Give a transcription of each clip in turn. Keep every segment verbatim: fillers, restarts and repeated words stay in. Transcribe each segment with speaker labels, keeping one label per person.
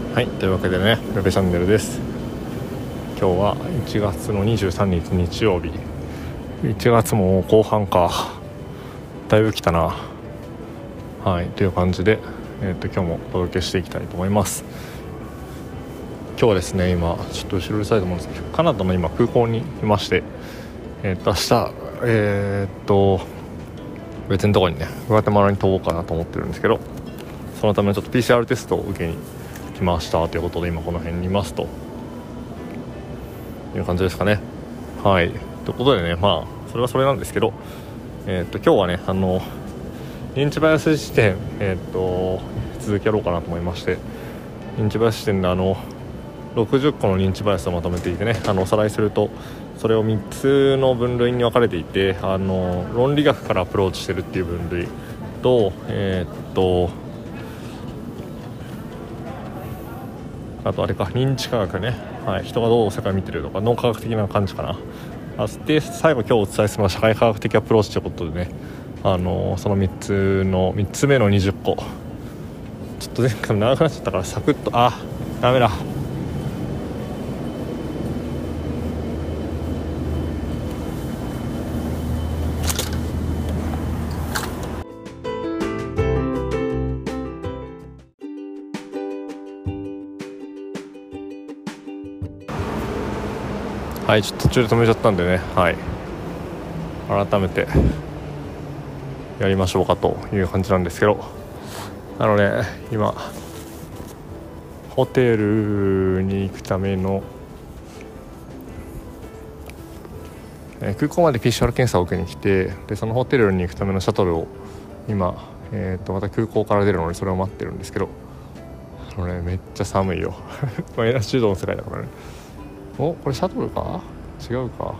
Speaker 1: はい、というわけでね、ペペチャンネルです。今日はいちがつのにじゅうさんにち日曜日。いちがつも後半か。だいぶ来たな。はい、という感じで、えー、と今日もお届けしていきたいと思います。今日はですね、今ちょっと後ろうるさいと思うんですけど、カナダの今空港にいまして、えー、と明日えー、っと別のところにね、グアテマラに飛ぼうかなと思ってるんですけど、そのためちょっと ピーシーアール テストを受けに来ましたということで、今この辺にいますという感じですかね。はい、ということでね、まあそれはそれなんですけど、えー、っと今日はね、あの認知バイアス視点、えー、っと続きやろうかなと思いまして、認知バイアス視点であのろくじゅっこの認知バイアスをまとめていてね、あのおさらいすると、それをみっつの分類に分かれていて、あの論理学からアプローチしてるっていう分類と、えー、っとあとあれか、認知科学ね、はい、人がどう世界を見てるとか脳科学的な感じかな。あで最後今日お伝えするのは社会科学的アプローチということでね、あのそのみっつのみっつめのにじゅっこ、ちょっと前回長くなっちゃったからサクッと、あダメだはい、ちょっと途中で止めちゃったんでね、はい、改めてやりましょうかという感じなんですけど、あのね、今ホテルに行くための、えー、空港まで ピーシーアール 検査を受けに来て、でそのホテルに行くためのシャトルを今、えー、とまた空港から出るのでそれを待ってるんですけど、あのね、めっちゃ寒いよマイナスじゅうどの世界だからね。お、これシャトルか？違うか。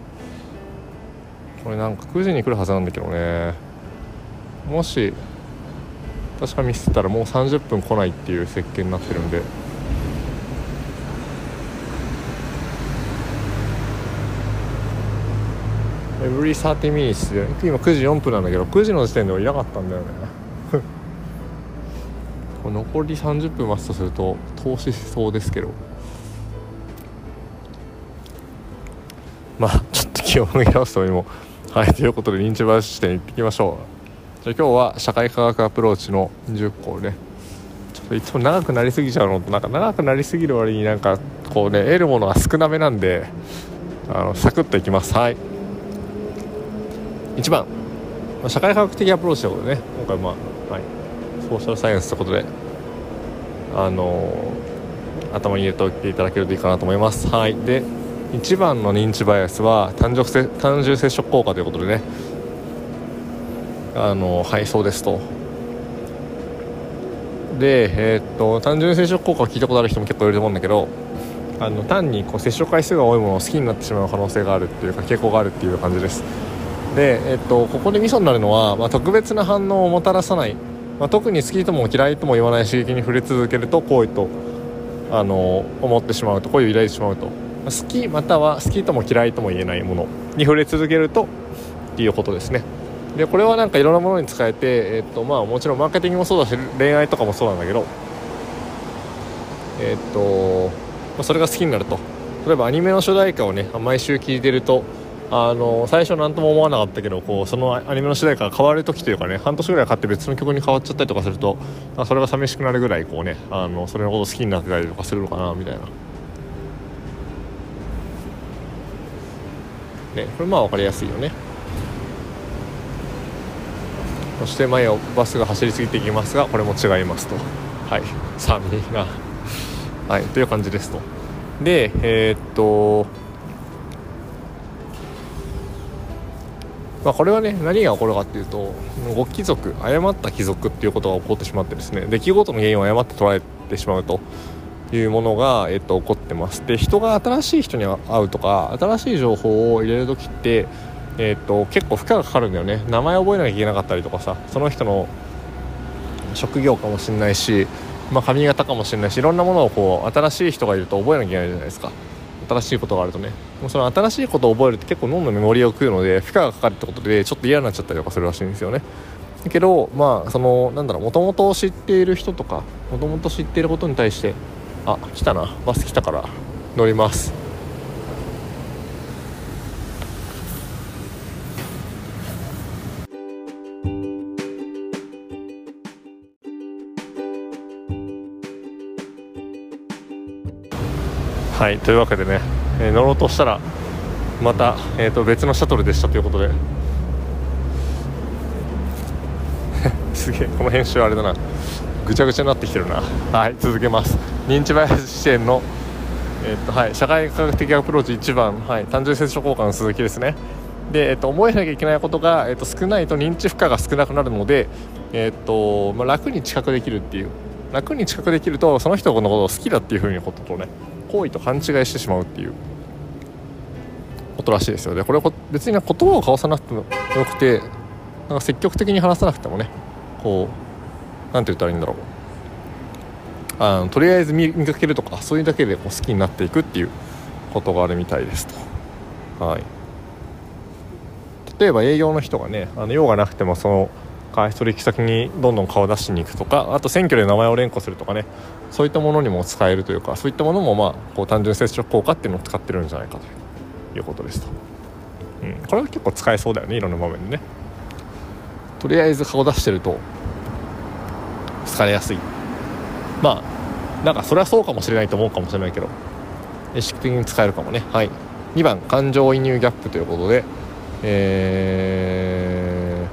Speaker 1: これなんかくじに来るはずなんだけどね。もし確かミスったらもうさんじゅっぷん来ないっていう設計になってるんで、エブリサーティミニッツで今くじよんぷんなんだけど、くじの時点ではいなかったんだよね残りさんじゅっぷん待つとすると投資しそうですけど、まあちょっと気を抜き直すためにも、はい、ということで認知バイアス視点に行ってきましょう。じゃあ今日は社会科学アプローチのじゅっこをね、ちょっといつも長くなりすぎちゃうのと、なんか長くなりすぎる割になんかこうね、得るものが少なめなんで、あのサクッといきます。はい、いちばん、社会科学的アプローチということでね、今回まあ、はい、ソーシャルサイエンスということで、あのー、頭に入れておいていただけるといいかなと思います。はい、でいちばんの認知バイアスは単純接単純接触効果ということでね、あのー、はいそうですと。で、えー、っと単純接触効果を聞いたことある人も結構いると思うんだけど、あの単にこう接触回数が多いものを好きになってしまう可能性があるっていうか、傾向があるっていう感じです。で、えー、っとここでミソになるのは、まあ、特別な反応をもたらさない、まあ、特に好きとも嫌いとも言わない刺激に触れ続けると行為と、あのー、思ってしまうと、行為を抱いてしまうと、好きまたは好きとも嫌いとも言えないものに触れ続けるとっていうことですね。でこれはなんかいろんなものに使えて、えー、っとまあもちろんマーケティングもそうだし恋愛とかもそうなんだけど、えー、っと、まあ、それが好きになると。例えばアニメの主題歌をね毎週聴いてると、あの最初何とも思わなかったけど、こうそのアニメの主題歌が変わる時というかね、半年ぐらいかかって別の曲に変わっちゃったりとかすると、それが寂しくなるぐらいこうね、あのそれのこと好きになってたりとかするのかなみたいなね、これまあ分かりやすいよね。そして前をバスが走り過ぎていきますが、これも違いますと。はい、寒いな、はい、という感じですと。でえー、っとまあ、これはね、何が起こるかっていうと、ご帰属、誤った帰属っていうことが起こってしまってですね、出来事の原因を誤って捉えてしまうというものが、えっと、起こってます。で、人が新しい人に会うとか、新しい情報を入れるときって、えっと、結構負荷がかかるんだよね。名前覚えなきゃいけなかったりとかさ、その人の職業かもしれないし、まあ、髪型かもしれないし、いろんなものをこう新しい人がいると覚えなきゃいけないじゃないですか。新しいことがあるとね、もうその新しいことを覚えるって結構脳のメモリを食うので負荷がかかるってことでちょっと嫌になっちゃったりとかするらしいんですよね。だけどまあそのなんだろう、もともと知っている人とかもともと知っていることに対してあ、来たな、バス来たから乗ります。はい、というわけでね、えー、乗ろうとしたらまた、えー、と別のシャトルでしたということですげえ、この編集あれだな、ぐちゃぐちゃになってきてるな。はい、続けます。認知バイアス視点の、えーとはい、社会科学的アプローチいちばん、はい、単純接触交換の続きですね。で、えー、と覚えなきゃいけないことが、えー、と少ないと認知負荷が少なくなるので、えーとまあ、楽に知覚できるっていう、楽に知覚できるとその人のことを好きだっていうふうにこととね、行為と勘違いしてしまうっていうことらしいですよ。でこれ別に言葉を交わさなくてもよくて、なんか積極的に話さなくてもね、こうなんて言ったらいいんだろう、あのとりあえず 見, 見かけるとか、そういうだけでこう好きになっていくっていうことがあるみたいですと。はい、例えば営業の人がね、あの用がなくてもその開発取引先にどんどん顔出しに行くとか、あと選挙で名前を連呼するとかね、そういったものにも使えるというか、そういったものもまあこう単純接触効果っていうのを使ってるんじゃないかということですと。うん、これは結構使えそうだよね、いろんな場面でね。とりあえず顔出してると好かれやすい。まあなんかそれはそうかもしれないと思うかもしれないけど、意識的に使えるかもね。はい、にばん感情移入ギャップということで、え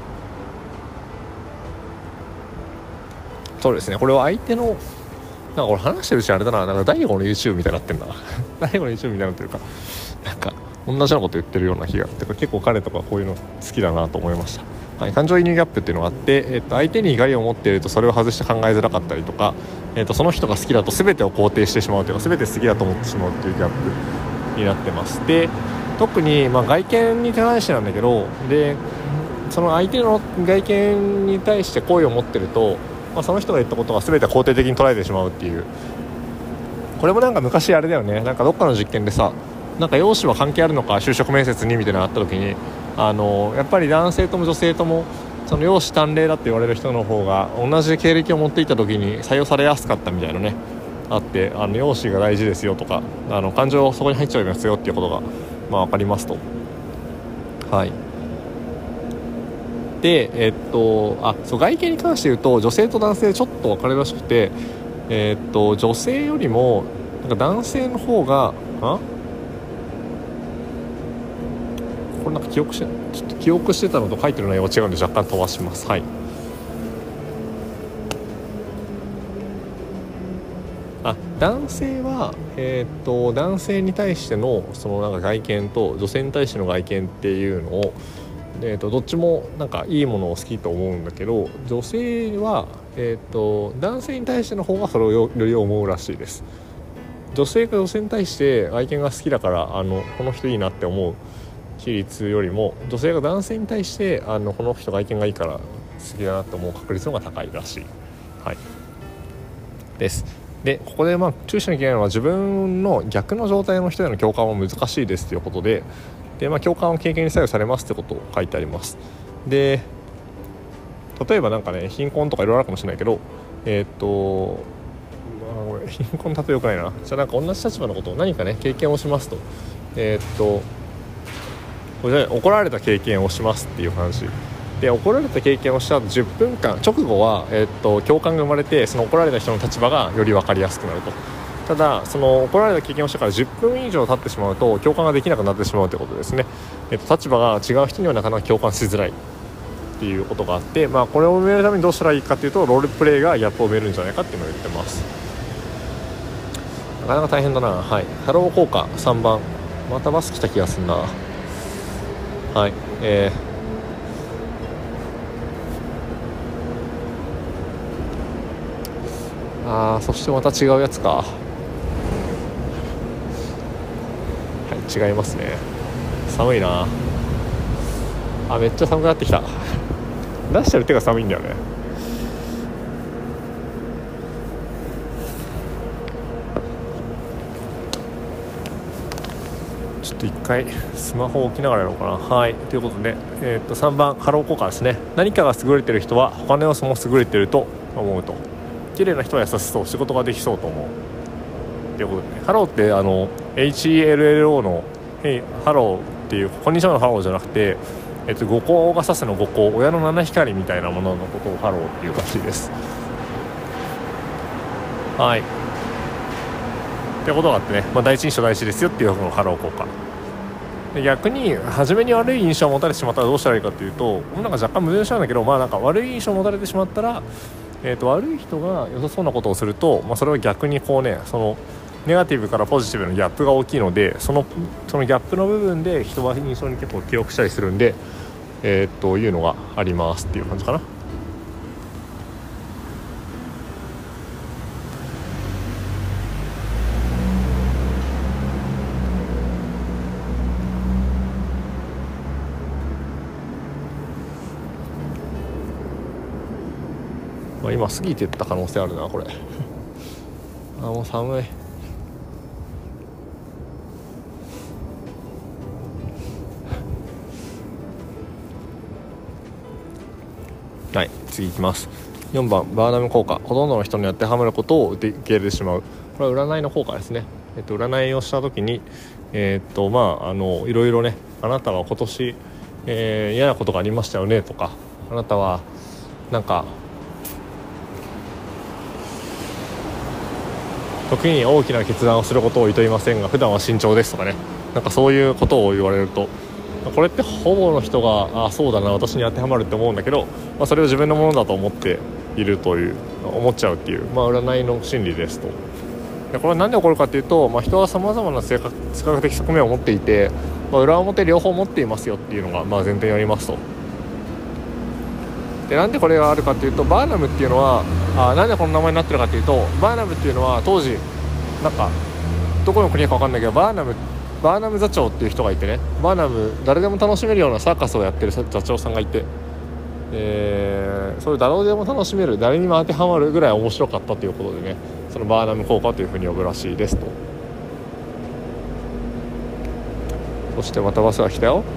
Speaker 1: ー、そうですね、これは相手のなんかこれ話してるうちにあれだな、なんか大悟の YouTube みたいになってんな大悟の YouTube みたいになってるか、なんか同じようなこと言ってるような気があって、結構彼とかこういうの好きだなと思いました。はい、感情移入ギャップっていうのがあって、えー、と相手に怒りを持っているとそれを外して考えづらかったりとか、えー、とその人が好きだと全てを肯定してしまうというか、全て好きだと思ってしまうというギャップになってます。で特にまあ外見に対してなんだけど、でその相手の外見に対して好意を持ってると、まあ、その人が言ったことが全て肯定的に捉えてしまうっていう、これもなんか昔あれだよね、なんかどっかの実験でさ、なんか容姿は関係あるのか就職面接にみたいなのあった時に、あのやっぱり男性とも女性ともその容姿端麗だって言われる人の方が同じ経歴を持っていた時に採用されやすかったみたいなね、あって、あの容姿が大事ですよとか、あの感情そこに入っちゃいますよっていうことがまあ分かりますと。はい、でえっとあそう外見に関して言うと女性と男性ちょっと分かれるらしくて、えっと女性よりもなんか男性の方があこれなんか記憶しちょっと記憶してたのと書いてる内容は違うんで若干飛ばします。はい、あ男性は、えー、と男性に対してのそのなんか外見と女性に対しての外見っていうのを、えー、とどっちもなんかいいものを好きと思うんだけど、女性は、えー、と男性に対しての方がそれをより思うらしいです。女性が女性に対して外見が好きだからあのこの人いいなって思う比率よりも、女性が男性に対してあのこの人外見がいいから好きだなと思う確率の方が高いらしい、はい、です。でここでまあ注意しなきゃいけないのは、自分の逆の状態の人への共感は難しいですということで、で、まあ、共感は経験に左右されますってことを書いてあります。で例えばなんかね、貧困とかいろいろあるかもしれないけど、えー、っとまあ、これ貧困例えよくないな。じゃあなんか同じ立場のことを何かね経験をしますと、えー、っとこれで怒られた経験をしますっていう話で、怒られた経験をした後じゅっぷんかん直後は、えー、っと共感が生まれて、その怒られた人の立場がより分かりやすくなると。ただその怒られた経験をしてからじゅっぷん以上経ってしまうと共感ができなくなってしまうということですね。えー、っと立場が違う人にはなかなか共感しづらいっていうことがあって、まあ、これを埋めるためにどうしたらいいかというと、ロールプレイがギャップを埋めるんじゃないかっていうのを言ってます。なかなか大変だな。はい、ハロー効果さんばん、またバス来た気がするな。はい、えー、あーそしてまた違うやつか。はい、違いますね。寒いなあ。めっちゃ寒くなってきた。出してる手が寒いんだよね。ちょっと一回スマホを置きながらやろうかな。はい、ということで、えー、っとさんばんハロー効果ですね。何かが優れてる人は他の要素も優れてると思うと。綺麗な人は優しそう、仕事ができそうと思う。 っていうことでね、ハローってあの エイチイーエルエルオー のヘイハローっていうこんにちはのハローじゃなくて、えっと、五光が指すの五光、親の七光みたいなもののことをハローっていうらしいです。はいってことがあってね、まあ、第一印象大事ですよっていうこのハロー効果で、逆に初めに悪い印象を持たれてしまったらどうしたらいいかというと、なんか若干矛盾しちゃうんだけど、まあなんか悪い印象を持たれてしまったら、えー、と悪い人が良さそうなことをすると、まあ、それは逆にこうね、そのネガティブからポジティブのギャップが大きいので、そのそのギャップの部分で人は印象に結構記憶したりするんで、えー、というのがありますっていう感じかな。まあ、今過ぎてった可能性あるなこれあもう寒い。はい、次いきます。よんばんバーナム効果、ほとんどの人に当てはまることを受け入れてしまう。これは占いの効果ですね。えっと、占いをした時にえー、っとまああのいろいろね、あなたは今年、えー、嫌なことがありましたよねとか、あなたはなんか時に大きな決断をすることを厭いませんが普段は慎重ですとかね、なんかそういうことを言われると、これってほぼの人があそうだな私に当てはまるって思うんだけど、まあ、それを自分のものだと思っているという思っちゃうっていう、まあ、占いの心理ですと。でこれは何で起こるかというと、まあ、人はさまざまな性格性格的側面を持っていて、まあ、裏表両方持っていますよっていうのがまあ前提にありますと。でなんでこれがあるかというと、バーナムっていうのはあなんでこの名前になってるかというと、バーナムっていうのは当時なんかどこの国か分かんないけど、バーナムバーナム座長っていう人がいてね、バーナム誰でも楽しめるようなサーカスをやってる座長さんがいて、えー、それ誰でも楽しめる、誰にも当てはまるぐらい面白かったということでね、そのバーナム効果というふうに呼ぶらしいですと。そしてまたバスが来たよ。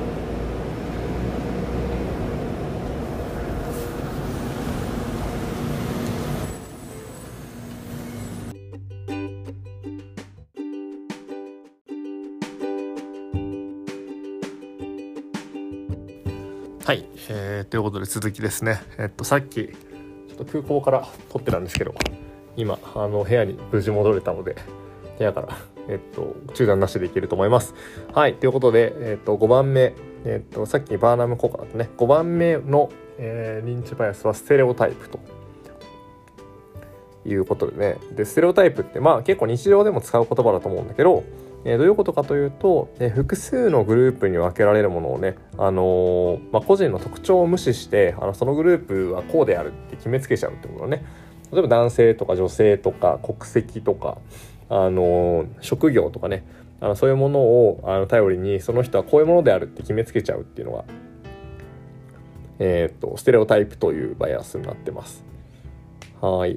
Speaker 1: はい、えー、ということで続きですね。えっとさっきちょっと空港から撮ってたんですけど、今あの部屋に無事戻れたので、部屋からえっと中断なしでいけると思います。はい、ということでえっとごばんめ、えっとさっきバーナム効果だったね。ごばんめの、えー、認知バイアスはステレオタイプということでね。でステレオタイプってまあ結構日常でも使う言葉だと思うんだけど。えー、どういうことかというと、えー、複数のグループに分けられるものをね、あのーまあ、個人の特徴を無視してあのそのグループはこうであるって決めつけちゃうってことね。例えば男性とか女性とか国籍とか、あのー、職業とかね、あのそういうものをあの頼りにその人はこういうものであるって決めつけちゃうっていうのが、えー、っとステレオタイプというバイアスになってます。はい。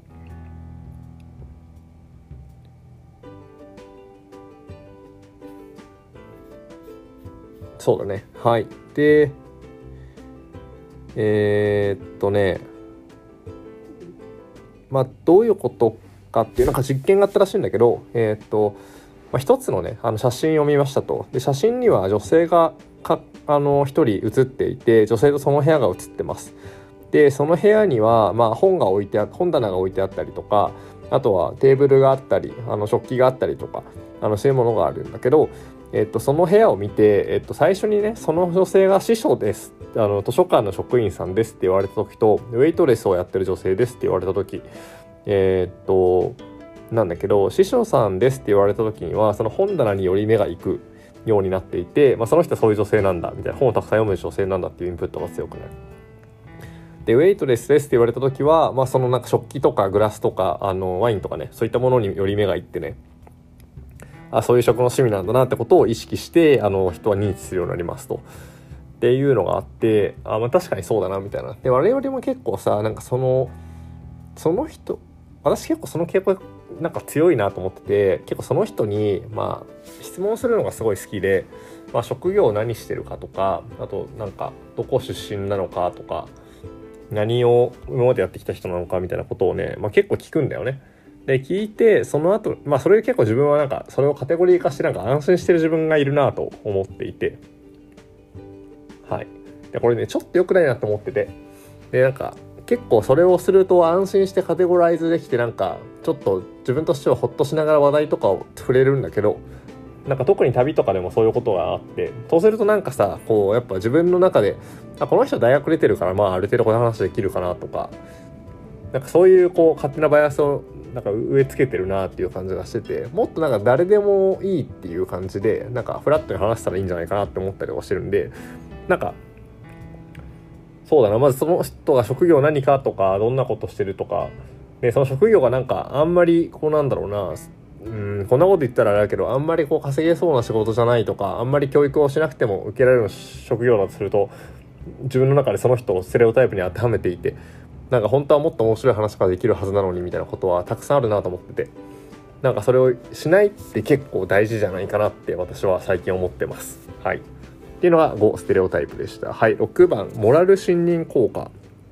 Speaker 1: そうだね。はい。で、えー、っとね、まあどういうことかっていうなんか実験があったらしいんだけど、えー、っと、まあ、一つのね、あの写真を見ましたと。で、写真には女性がかあの一人写っていて、女性とその部屋が写ってます。で、その部屋にはまあ本が置いてあ、本棚が置いてあったりとか、あとはテーブルがあったり、あの食器があったりとか、あのそういうものがあるんだけど。えっと、その部屋を見て、えっと、最初にねその女性が司書です、あの図書館の職員さんですって言われた時と、ウェイトレスをやってる女性ですって言われた時、えー、っとなんだけど司書さんですって言われた時にはその本棚により目が行くようになっていて、まあ、その人はそういう女性なんだみたいな、本をたくさん読む女性なんだっていうインプットが強くなる。でウェイトレスですって言われた時は、まあ、そのなんか食器とかグラスとかあのワインとかね、そういったものにより目が行ってね、あそういう食の趣味なんだなってことを意識してあの人は認知するようになりますとっていうのがあって、あ、まあ、確かにそうだなみたいな。で我々も結構さ、なんかそのその人、私結構その傾向なんか強いなと思ってて、結構その人にまあ質問するのがすごい好きで、まあ、職業何してるかとか、あとなんかどこ出身なのかとか、何を今までやってきた人なのかみたいなことをね、まあ、結構聞くんだよね。 で聞いてその後、まあそれ結構自分はなんかそれをカテゴリー化してなんか安心してる自分がいるなと思っていて、はい。でこれねちょっと良くないなと思ってて、でなんか結構それをすると安心してカテゴライズできてなんかちょっと自分としてはホッとしながら話題とかを触れるんだけど、なんか特に旅とかでもそういうことがあって、そうするとなんかさこうやっぱ自分の中であこの人大学出てるからまあある程度この話できるかなとか、なんかそういうこう勝手なバイアスをなんか植え付けてるなっていう感じがしてて、もっとなんか誰でもいいっていう感じでなんかフラットに話したらいいんじゃないかなって思ったりはしてるんで、なんかそうだな、まずその人が職業何かとかどんなことしてるとかで、その職業がなんかあんまりこうなんだろうな、うんこんなこと言ったらあれだけどあんまりこう稼げそうな仕事じゃないとか、あんまり教育をしなくても受けられる職業だとすると自分の中でその人をステレオタイプに当てはめていて、なんか本当はもっと面白い話ができるはずなのにみたいなことはたくさんあるなと思ってて、なんかそれをしないって結構大事じゃないかなって私は最近思ってます。はい。っていうのがごステレオタイプでした。はい。ろくばんモラル信任効果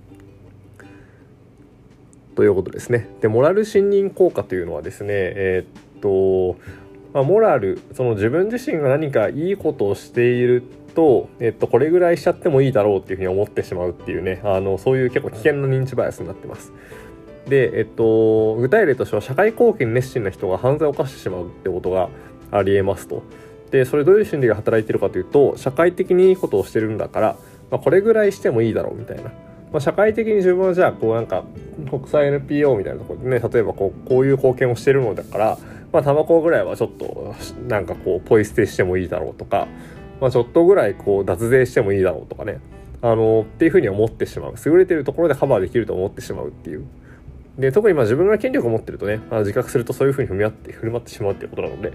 Speaker 1: ということですね。でモラル信任効果というのはですね、えー、っと、まあ、モラルその自分自身が何かいいことをしていると、えっと、これぐらいしちゃってもいいだろうっていうふうに思ってしまうっていうね、あのそういう結構危険な認知バイアスになってます。で、えっと、具体例としては社会貢献に熱心な人が犯罪を犯してしまうってことがありえますと。でそれどういう心理が働いているかというと、社会的にいいことをしてるんだから、まあ、これぐらいしてもいいだろうみたいな、まあ、社会的に自分はじゃあこうなんか国際 エヌピーオー みたいなところでね、例えばこうこういう貢献をしてるのだから、まあタバコぐらいはちょっとなんかこうポイ捨てしてもいいだろうとか、まあ、ちょっとぐらいこう脱税してもいいだろうとかね、あのっていうふうに思ってしまう、優れてるところでカバーできると思ってしまうっていう。で特にまあ自分が権力を持ってるとね、あの自覚するとそういうふうに踏み合って振る舞ってしまうっていうことなので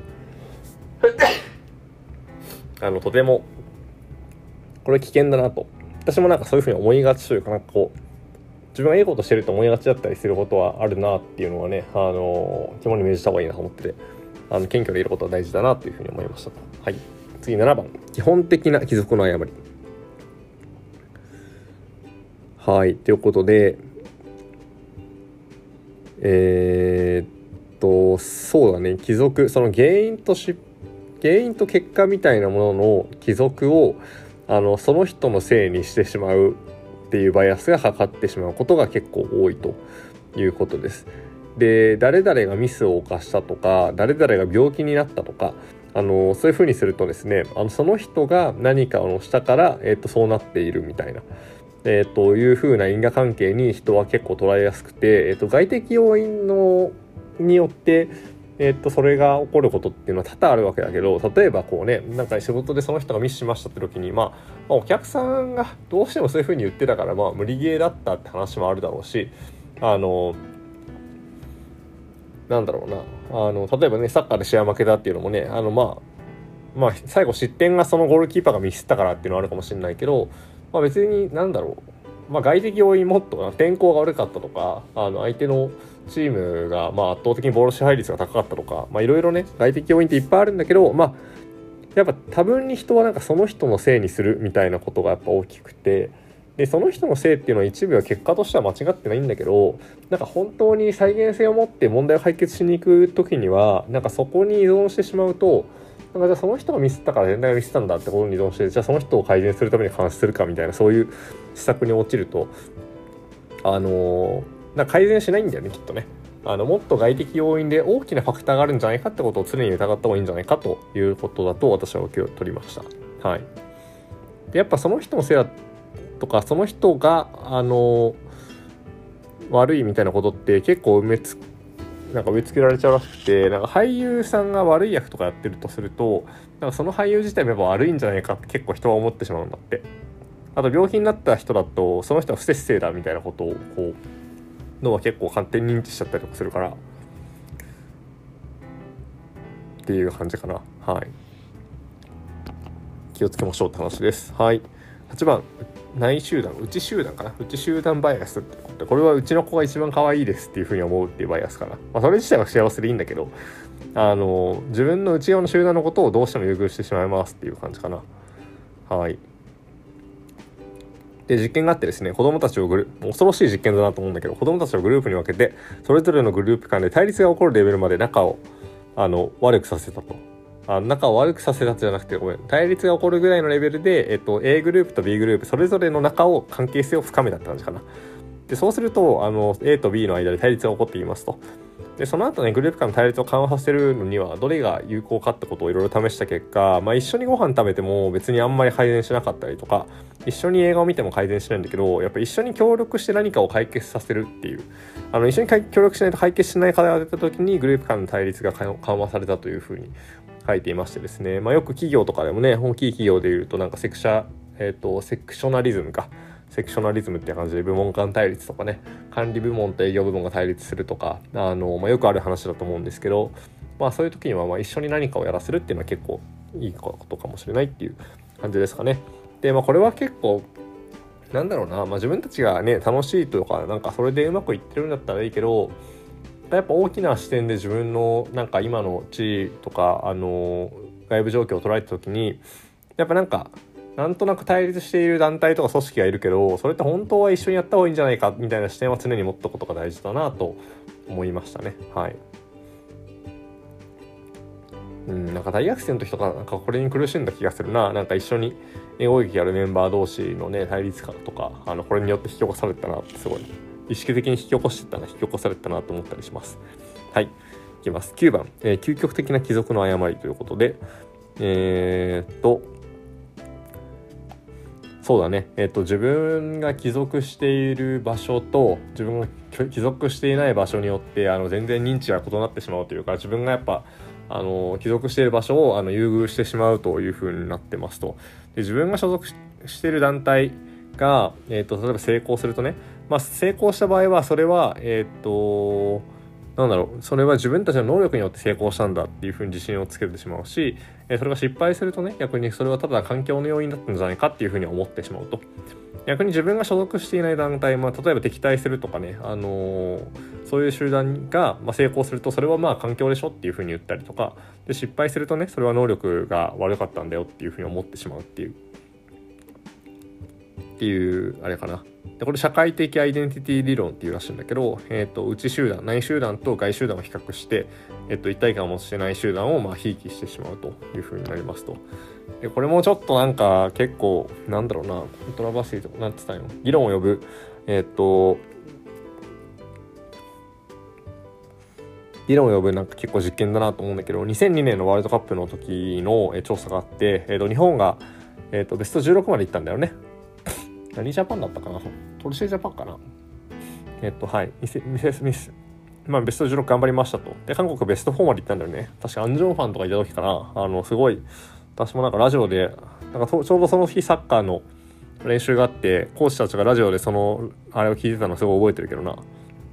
Speaker 1: あのとてもこれ危険だなと、私もなんかそういうふうに思いがちというか、なんかこう自分がいいことしてると思いがちだったりすることはあるなっていうのはね、あの肝に銘じた方がいいなと思ってて、あの謙虚でいることは大事だなというふうに思いましたと。はい。次ななばん基本的な帰属の誤り。はいということで、えー、っとそうだね、帰属その原因とし原因と結果みたいなものの帰属をあのその人のせいにしてしまうっていうバイアスがかかってしまうことが結構多いということです。で誰々がミスを犯したとか、誰々が病気になったとか、あのそういう風にするとですね、あのその人が何かをしたから、えー、とそうなっているみたいな、えー、という風な因果関係に人は結構捉えやすくて、えー、と外的要因のによってえー、っとそれが起こることっていうのは多々あるわけだけど、例えばこうね、なんか仕事でその人がミスしましたって時に、まあ、まあお客さんがどうしてもそういう風に言ってたから、まあ無理ゲーだったって話もあるだろうし、あのなんだろうな、あの例えばねサッカーで試合負けたっていうのもね、あのまあまあ最後失点がそのゴールキーパーがミスったからっていうのはあるかもしれないけど、まあ別になんだろう、まあ外的要因もっと天候が悪かったとか、あの相手のチームがまあ圧倒的にボール支配率が高かったとか、まあいろいろね外的要因っていっぱいあるんだけど、まあやっぱ多分に人はなんかその人のせいにするみたいなことがやっぱ大きくて、でその人のせいっていうのは一部は結果としては間違ってないんだけど、なんか本当に再現性を持って問題を解決しに行く時にはなんかそこに依存してしまうと、なんかじゃあその人がミスったから全体がミスったんだってことに依存して、じゃあその人を改善するために監視するかみたいな、そういう施策に陥るとあのーなんか改善しないんだよねきっとね。あのもっと外的要因で大きなファクターがあるんじゃないかってことを常に疑った方がいいんじゃないかということだと私は受けを取りました。はい。でやっぱその人のせいだとか、その人があの悪いみたいなことって結構埋めつなんか植え付けられちゃうらしくて、なんか俳優さんが悪い役とかやってるとすると、なんかその俳優自体もやっぱ悪いんじゃないかって結構人は思ってしまうんだって。あと病気になった人だとその人は不摂生だみたいなことをこうのは結構勝手に認知しちゃったりとかするからっていう感じかな。はい。気をつけましょうって話です。はい。はちばん内集団、内集団かな、内集団バイアスってことで、これはうちの子が一番可愛いですっていうふうに思うっていうバイアスかな。まあそれ自体は幸せでいいんだけど、あの自分の内側の集団のことをどうしても優遇してしまいますっていう感じかな。はい。っで実験があってですね、子供たちをグル恐ろしい実験だなと思うんだけど、子供たちをグループに分けてそれぞれのグループ間で対立が起こるレベルまで仲をあの悪くさせたと。あ仲を悪くさせたじゃなくてごめん対立が起こるぐらいのレベルで、えっと、A グループと B グループそれぞれの仲を関係性を深めたって感じかな。でそうするとあの A と B の間で対立が起こっていますと。でその後ねグループ間の対立を緩和させるのにはどれが有効かってことをいろいろ試した結果、まあ、一緒にご飯食べても別にあんまり改善しなかったりとか、一緒に映画を見ても改善しないんだけど、やっぱ一緒に協力して何かを解決させるっていう、あの一緒に協力しないと解決しない課題が出た時にグループ間の対立が緩和されたというふうに書いていましてですね、まあ、よく企業とかでもね大きい企業でいうとなんかセクシャ、えーと、セクショナリズムかセクショナリズムって感じで部門間対立とかね、管理部門と営業部門が対立するとか、あの、まあ、よくある話だと思うんですけど、まあそういう時にはまあ一緒に何かをやらせるっていうのは結構いいことかもしれないっていう感じですかね。で、まあこれは結構なんだろうな、まあ自分たちがね楽しいとかなんかそれでうまくいってるんだったらいいけど、やっぱ大きな視点で自分のなんか今の地位とかあの外部状況を捉えた時に、やっぱなんかなんとなく対立している団体とか組織がいるけど、それって本当は一緒にやった方がいいんじゃないかみたいな視点は常に持ったことが大事だなと思いましたね。はい。うん、なんか大学生の時とかなんかこれに苦しんだ気がするな。なんか一緒に英語劇やるメンバー同士のね対立感とか、あのこれによって引き起こされたなってすごい意識的に引き起こしてたな引き起こされたなと思ったりします。はい。いきます。きゅうばん、えー、究極的な帰属の誤りということで、えー、っとそうだね、えっと、自分が帰属している場所と自分が帰属していない場所によってあの全然認知が異なってしまうというか、自分がやっぱあの帰属している場所をあの優遇してしまうという風になってますと。で自分が所属ししている団体が、えっと、例えば成功するとね、まあ、成功した場合はそれはえっとなんだろうそれは自分たちの能力によって成功したんだっていう風に自信をつけてしまうし、それが失敗するとね逆にそれはただ環境の要因だったんじゃないかっていう風に思ってしまうと。逆に自分が所属していない団体、まあ、例えば敵対するとかね、あのー、そういう集団が、まあ、成功するとそれはまあ環境でしょっていう風に言ったりとかで、失敗するとねそれは能力が悪かったんだよっていう風に思ってしまうっていうっていうあれかな。でこれ社会的アイデンティティ理論っていうらしいんだけど、えー、と内集団内集団と外集団を比較して、えー、と一体感を持って内集団をまあひいきしてしまうという風になりますと。でこれもちょっとなんか結構なんだろうなコントラバーシーとかなんて言ったの議論を呼ぶえっ、と議論を呼ぶなんか結構実験だなと思うんだけど、にせんにねんのワールドカップの時の調査があって、えー、と日本が、えー、とベストじゅうろくまで行ったんだよね。何ジャパンだったかな、トルシエジャパンかな。えっとはいミスミスミスまあベストじゅうろく頑張りましたと。で韓国ベストフォーまで行ったんだよね。確かアンジョンファンとかいた時かな。あのすごい私もなんかラジオでなんかちょうどその日サッカーの練習があってコーチたちがラジオでそのあれを聞いてたのすごい覚えてるけどな。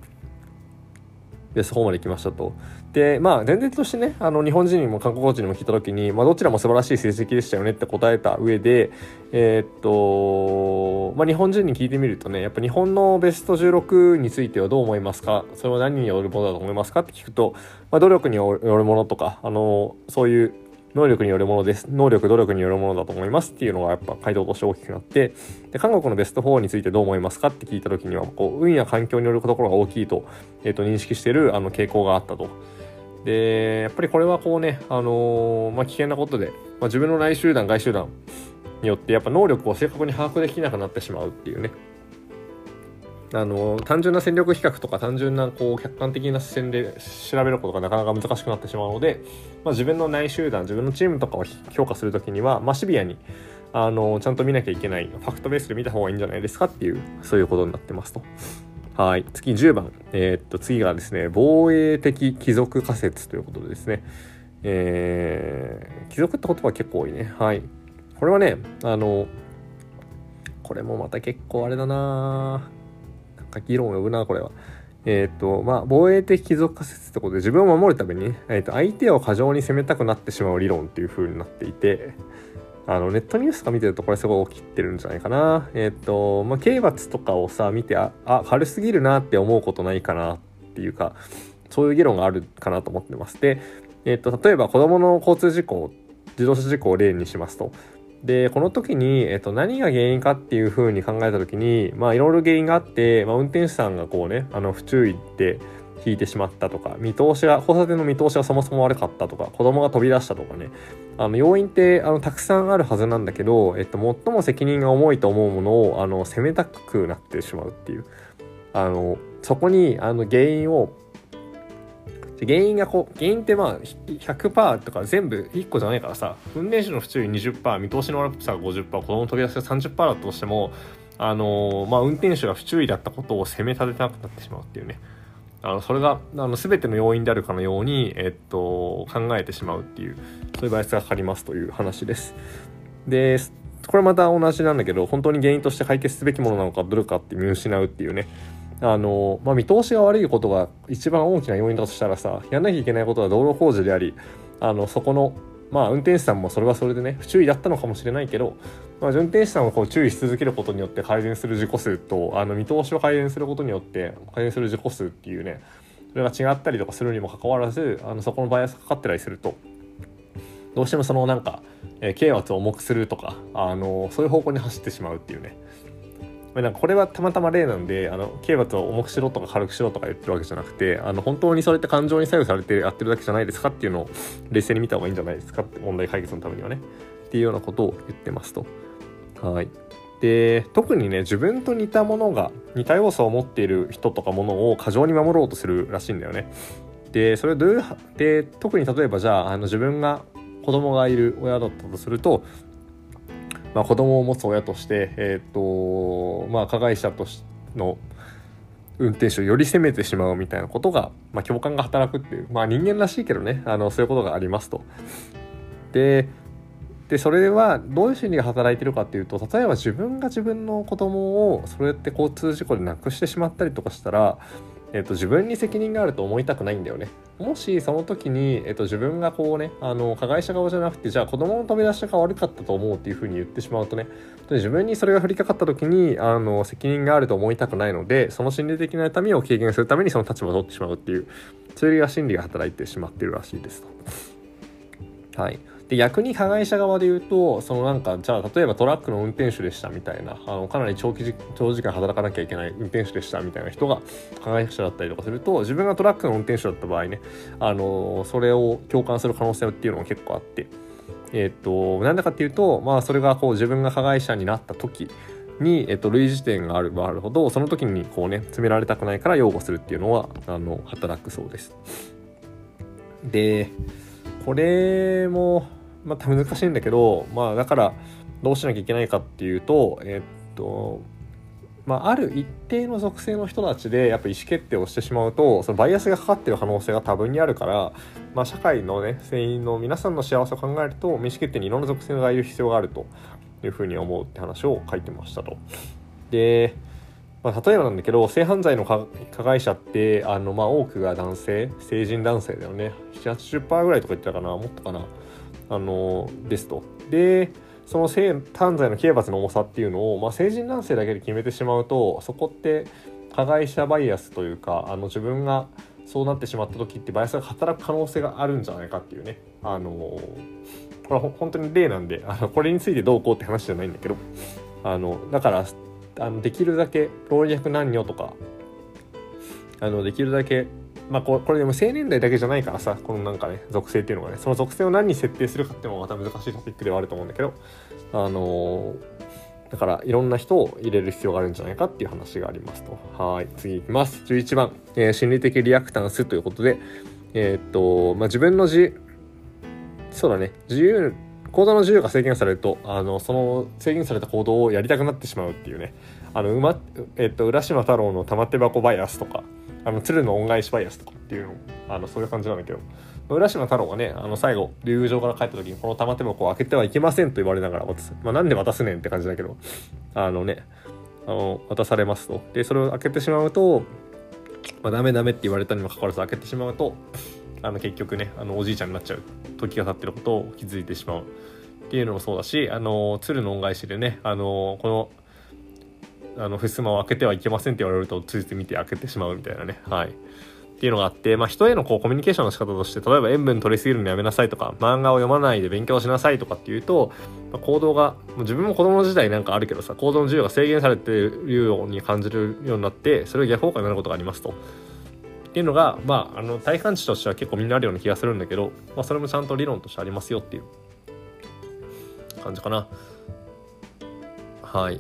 Speaker 1: ベストフォーまで行きましたと。でまあ前提としてね、あの日本人にも韓国コーチにも聞いた時に、まあ、どちらも素晴らしい成績でしたよねって答えた上で、えー、っとまあ日本人に聞いてみるとね、やっぱ日本のベストじゅうろくについてはどう思いますか、それは何によるものだと思いますかって聞くと、まあ、努力によるものとかあのそういう能力によるものです。能力、努力によるものだと思いますっていうのがやっぱ回答として大きくなって、で韓国のベストフォーについてどう思いますかって聞いた時にはこう運や環境によるところが大きいと、えー、と認識しているあの傾向があったと。でやっぱりこれはこうね、あのーまあ、危険なことで、まあ、自分の内集団外集団によってやっぱ能力を正確に把握できなくなってしまうっていうね、あの単純な戦力比較とか単純なこう客観的な視点で調べることがなかなか難しくなってしまうので、まあ、自分の内集団自分のチームとかを評価するときには、まあ、シビアにあのちゃんと見なきゃいけない、ファクトベースで見た方がいいんじゃないですかっていうそういうことになってますと。はい、次じゅうばん、えー、っと次がですね防衛的帰属仮説ということでですね、えー、帰属って言葉は結構多いね。はい、これはねあのこれもまた結構あれだな、議論を呼ぶなこれは。えっとまあ防衛的帰属仮説ってことで自分を守るために、えー、と相手を過剰に攻めたくなってしまう理論っていう風になっていて、あのネットニュースとか見てるとこれすごい起きてるんじゃないかな。えっとまあ刑罰とかをさ見てああ軽すぎるなって思うことないかなっていうか、そういう議論があるかなと思ってます。で、えっと例えば子どもの交通事故自動車事故を例にしますと、 でこの時に、えっと、何が原因かっていう風に考えた時に、まあいろいろ原因があって、まあ、運転手さんがこうねあの不注意で引いてしまったとか、見通しが交差点の見通しがそもそも悪かったとか、子供が飛び出したとかね、あの要因ってあのたくさんあるはずなんだけど、えっと、最も責任が重いと思うものをあの責めたくなってしまうっていう、あのそこにあの原因を原因がこう原因ってまあ ひゃくパーセント とか全部いっこじゃないからさ、運転手の不注意 にじゅっパーセント、 見通しの悪さが ごじゅっパーセント、 子供の飛び出しが さんじゅっパーセント だったとしても、あのー、まあ運転手が不注意だったことを責め立てなくなってしまうっていうね、あのそれがあの全ての要因であるかのように、えっと、考えてしまうっていう、そういうバイアスがかかりますという話です。でこれまた同じなんだけど、本当に原因として解決すべきものなのかどれかって見失うっていうね、あのまあ、見通しが悪いことが一番大きな要因だとしたらさ、やんなきゃいけないことは道路工事であり、あのそこの、まあ、運転手さんもそれはそれでね不注意だったのかもしれないけど、まあ、運転手さんをこう注意し続けることによって改善する事故数と、あの見通しを改善することによって改善する事故数っていうね、それが違ったりとかするにもかかわらず、あのそこのバイアスがかかってたりすると、どうしてもそのなんか、えー、刑罰を重くするとか、あのそういう方向に走ってしまうっていうね。なんかこれはたまたま例なんで、あの刑罰を重くしろとか軽くしろとか言ってるわけじゃなくて、あの本当にそれって感情に左右されてやってるだけじゃないですかっていうのを冷静に見た方がいいんじゃないですかって、問題解決のためにはねっていうようなことを言ってますと。はい。で特にね、自分と似たものが似た要素を持っている人とかものを過剰に守ろうとするらしいんだよね。でそれどういうで特に例えばじゃあ、あの自分が子供がいる親だったとすると、まあ、子供を持つ親として、えーとまあ、加害者としの運転手をより責めてしまうみたいなことが、まあ、共感が働くっていう、まあ、人間らしいけどね、あのそういうことがありますと。ででそれはどういう心理が働いてるかっていうと、例えば自分が自分の子供をそれって交通事故で亡くしてしまったりとかしたら、えっと、自分に責任があると思いたくないんだよね。もしその時に、えっと、自分がこうね、あの加害者側じゃなくて、じゃあ子供の飛び出しが悪かったと思うっていうふうに言ってしまうとね、自分にそれが降りかかった時にあの責任があると思いたくないので、その心理的な痛みを軽減するためにその立場を取ってしまうっていう、そういう心理が働いてしまっているらしいですと。はい。で逆に加害者側で言うと、そのなんかじゃあ例えばトラックの運転手でしたみたいな、あのかなり長期長時間働かなきゃいけない運転手でしたみたいな人が加害者だったりとかすると、自分がトラックの運転手だった場合ね、あのそれを共感する可能性っていうのが結構あって、えー、っとなんだかっていうと、まあそれがこう自分が加害者になった時に、えっと、類似点がある場合あるほど、その時にこうね詰められたくないから擁護するっていうのはあの働くそうです。でこれもまた難しいんだけど、まあだからどうしなきゃいけないかっていうと、えっとまあある一定の属性の人たちでやっぱ意思決定をしてしまうと、そのバイアスがかかっている可能性が多分にあるから、まあ社会のね全員の皆さんの幸せを考えると、意思決定にいろんな属性がいる必要があるというふうに思うって話を書いてましたと。でまあ、例えばなんだけど、性犯罪の加害者ってあの、まあ、多くが男性、成人男性だよね。ななじゅう、はちじゅっパーセント ぐらいとか言ってたかな、もっとかな、あのですと。でその性犯罪の刑罰の重さっていうのを、まあ、成人男性だけで決めてしまうと、そこって加害者バイアスというか、あの自分がそうなってしまった時ってバイアスが働く可能性があるんじゃないかっていうね、あのこれは本当に例なんで、あのこれについてどうこうって話じゃないんだけど、あのだからあのできるだけ老若男女とか、あのできるだけ、まあ、これでも青年代だけじゃないからさ、このなんかね属性っていうのがね、その属性を何に設定するかっていうのがまた難しいトピックではあると思うんだけど、あのー、だからいろんな人を入れる必要があるんじゃないかっていう話がありますと。はい、次いきます。じゅういちばん、えー、心理的リアクタンスということで、えー、っとまあ自分の自そうだね自由行動の自由が制限されると、あのその制限された行動をやりたくなってしまうっていうね、あの、うまえっと、浦島太郎の玉手箱バイアスとか、あの鶴の恩返しバイアスとかっていうの、あのそういう感じなんだけど、浦島太郎がね、あの最後竜宮城から帰った時にこの玉手箱を開けてはいけませんと言われながら渡す、まあ、なんで渡すねんって感じだけど、あのねあの渡されますと。でそれを開けてしまうと、まあ、ダメダメって言われたにもかかわらず開けてしまうと、あの結局ねあのおじいちゃんになっちゃう、時が経ってることを気づいてしまうっていうのもそうだし、あの鶴の恩返しでね、あのこのあの襖を開けてはいけませんって言われるとついつい見て開けてしまうみたいなね、はい、 っていうのがあって、まあ、人へのこうコミュニケーションの仕方として、例えば塩分取りすぎるのやめなさいとか、漫画を読まないで勉強しなさいとかっていうと、まあ、行動が、もう自分も子供時代なんかあるけどさ、行動の自由が制限されているように感じるようになって、それが逆効果になることがありますと。っていうのが、まあ、あの体感値としては結構みんなあるような気がするんだけど、まあ、それもちゃんと理論としてありますよっていう感じかな。はい。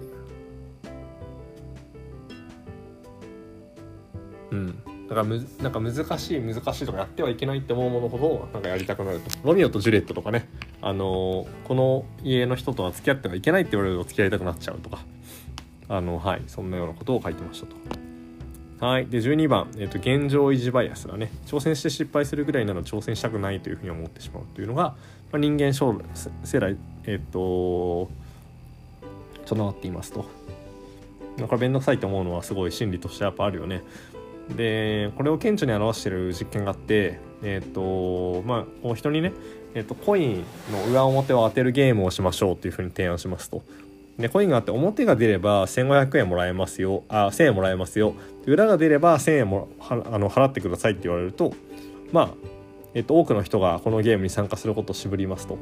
Speaker 1: うん。だからむなんか難しい難しいとかやってはいけないって思うものほどなんかやりたくなると。ロミオとジュリエットとかね、あのー、この家の人とは付き合ってはいけないって言われると付き合いたくなっちゃうとか、あのはいそんなようなことを書いてましたと。はい。でじゅうにばん、えっと現状維持バイアスだね。挑戦して失敗するぐらいなら挑戦したくないというふうに思ってしまうというのが、まあ、人間将来世来えっと備わっていますと。これめんどくさいと思うのはすごい心理としてやっぱあるよね。でこれを顕著に表している実験があって、えっとまあこう人にね、えっとコインの裏表を当てるゲームをしましょうというふうに提案しますと。でコインがあって表が出ればせんごひゃくえんもらえますよ、あせんえんもらえますよ、裏が出ればせんえんもはあの払ってくださいって言われると、まあ、えっと、多くの人がこのゲームに参加することを渋りますと。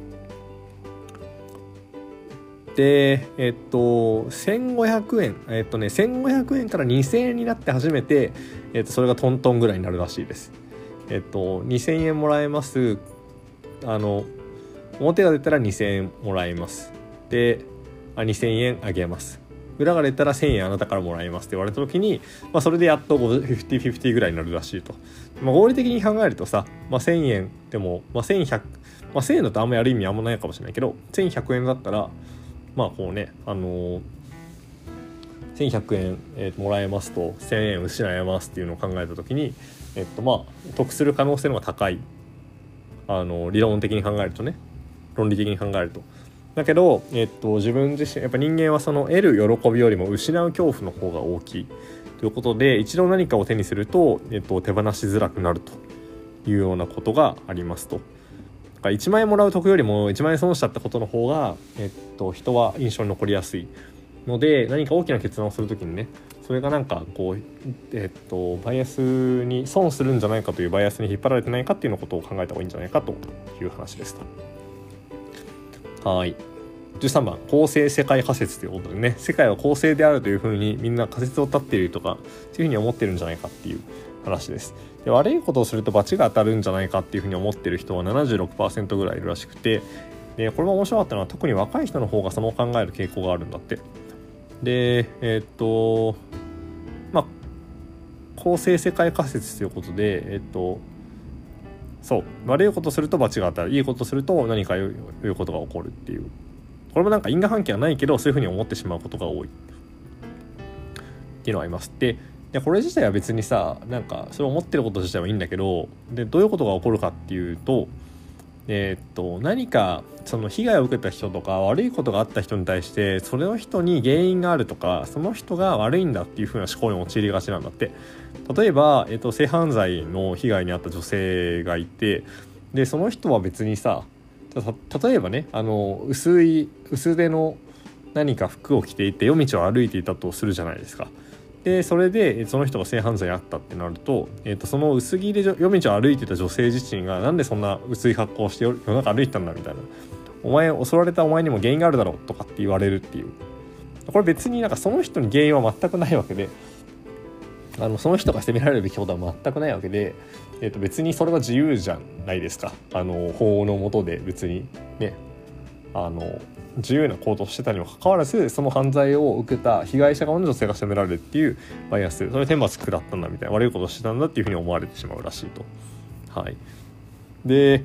Speaker 1: でえっとせんごひゃくえんえっとねせんごひゃくえんからにせんえんになって初めて、えっと、それがトントンぐらいになるらしいです。えっとにせんえんもらえます。あの表が出たらにせんえんもらえます。であにせんえんあげます。裏が出たらせんえんあなたからもらえますって言われた時に、まあ、それでやっとごじゅう、ごじゅう、ごじゅうぐらいになるらしいと。まあ、合理的に考えるとさ、まあ、せんえんでも、まあ、せんひゃく、まあ、せんえんだとあんまりある意味あんまないかもしれないけど、せんひゃくえんだったらまあこうね、あのー、せんひゃくえん、えー、もらえますとせんえん失いますっていうのを考えた時に、えっとまあ得する可能性の方が高い、あのー、理論的に考えるとね、論理的に考えると。だけど、えっと、自分自身やっぱ人間はその得る喜びよりも失う恐怖の方が大きいということで、一度何かを手にすると、えっと、手放しづらくなるというようなことがありますと。いちまんえんもらう得よりもいちまんえん損したってことの方が、えっと、人は印象に残りやすいので、何か大きな決断をするときにね、それがなんかこう、えっと、バイアスに損するんじゃないかというバイアスに引っ張られてないかっていうのことを考えた方がいいんじゃないかという話ですと。はい。じゅうさんばん、公正世界仮説ということでね、世界は公正であるというふうにみんな仮説を立っているとかそういうふうに思ってるんじゃないかっていう話です。で悪いことをすると罰が当たるんじゃないかっていうふうに思ってる人は ななじゅうろくパーセント ぐらいいるらしくて、でこれも面白かったのは特に若い人の方がその考える傾向があるんだって。でえー、っとまあ公正世界仮説ということで、えー、っとそう悪いことをすると罰が当たる、いいことをすると何か良いことが起こるっていう、これもなんか因果関係はないけどそういうふうに思ってしまうことが多いっていうのがあります。ででこれ自体は別にさ、なんかそれを思ってること自体はいいんだけど、でどういうことが起こるかっていうと、えー、っと何かその被害を受けた人とか悪いことがあった人に対してそれの人に原因があるとか、その人が悪いんだっていう風な思考に陥りがちなんだって。例えば、えー、っと性犯罪の被害に遭った女性がいて、でその人は別にさ、例えばね、あの薄い薄手の何か服を着ていて夜道を歩いていたとするじゃないですか。でそれでその人が性犯罪にあったってなると、えー、とその薄着で夜道を歩いていた女性自身がなんでそんな薄い格好をして夜中歩いてたんだみたいな、お前襲われたお前にも原因があるだろうとかって言われるっていう、これ別になんかその人に原因は全くないわけで、あのその人が責められるべきことは全くないわけで、えー、と別にそれは自由じゃないですか。あの法の下で別にね、あの自由な行動をしてたにもかかわらず、その犯罪を受けた被害者側の女性が責められるっていうバイアス、それ天罰下ったんだみたいな、悪いことをしてたんだっていうふうに思われてしまうらしいと。はい。で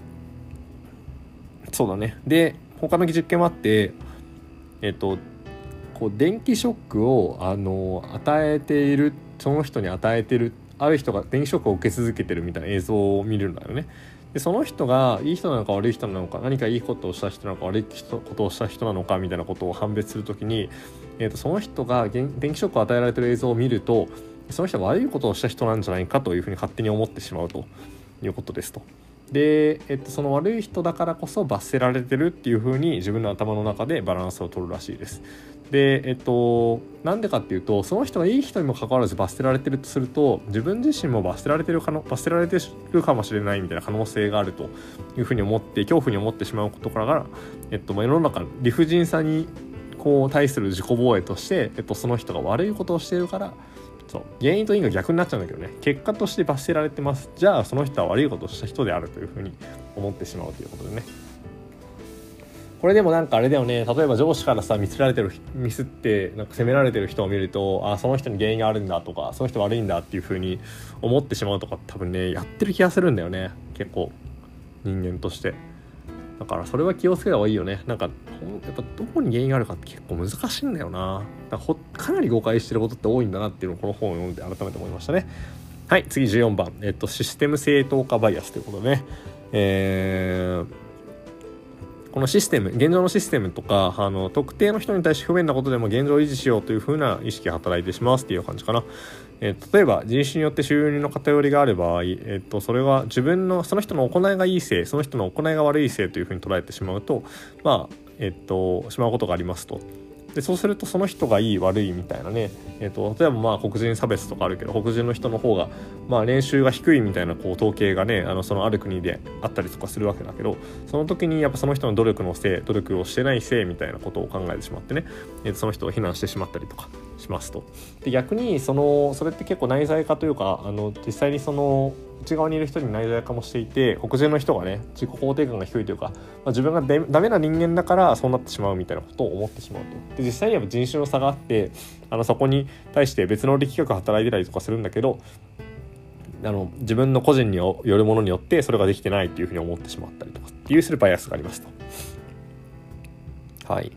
Speaker 1: そうだね。で他の実験もあって、えっとこう電気ショックをあの与えている、その人に与えている、ある人が電気ショックを受け続けてるみたいな映像を見るんだよね。でその人がいい人なのか悪い人なのか、何かいいことをした人なのか悪いことをした人なのかみたいなことを判別するときに、えー、とその人が電気ショックを与えられている映像を見ると、その人が悪いことをした人なんじゃないかというふうに勝手に思ってしまうということですと。 で、えっと、その悪い人だからこそ罰せられてるっていう風に自分の頭の中でバランスを取るらしいです。で、えっと、なんでかっていうと、その人がいい人にもかかわらず罰せられてるとすると、自分自身も罰せられてるかの罰せられてるかもしれないみたいな可能性があるというふうに思って恐怖に思ってしまうことからが、えっと、まあ、世の中の理不尽さにこう対する自己防衛として、えっと、その人が悪いことをしているから、そう原因と因が逆になっちゃうんだけどね、結果として罰せられてます、じゃあその人は悪いことをした人であるというふうに思ってしまうということでね。これでもなんかあれだよね、例えば上司からさミスられてるミスってなんか責められてる人を見ると、あその人に原因があるんだとか、その人悪いんだっていう風に思ってしまうとか、多分ねやってる気がするんだよね、結構人間として。だからそれは気をつけた方がいいよね。なんかやっぱどこに原因があるかって結構難しいんだよな。だからほかなり誤解してることって多いんだなっていうのをこの本を読んで改めて思いましたね。はい、次じゅうよんばん、えっと、システム正当化バイアスということでね、えーこのシステム、現状のシステムとかあの特定の人に対して不便なことでも現状を維持しようという風な意識が働いてしますっていう感じかな。えー、例えば人種によって収入の偏りがある場合、えー、とそれは自分のその人の行いがいいせい、その人の行いが悪いせいという風に捉えてしまうと、まあえっ、ー、としまうことがありますと。でそうするとその人がいい悪いみたいなね、えー、と例えばまあ黒人差別とかあるけど、黒人の人の方がまあ年収が低いみたいなこう統計がね、あのそのある国であったりとかするわけだけど、その時にやっぱその人の努力のせい、努力をしてないせいみたいなことを考えてしまってね、えー、とその人を非難してしまったりとかしますと。で逆にそのそれって結構内在化というか、あの実際にその内側にいる人に内在化もしていて、黒人の人がね自己肯定感が低いというか、まあ、自分がダメな人間だからそうなってしまうみたいなことを思ってしまうと。で実際には人種の差があって、あのそこに対して別の力学が働いてたりとかするんだけど、あの自分の個人によるものによってそれができてないっていうふうに思ってしまったりとかっていうするバイアスがありますと。はい。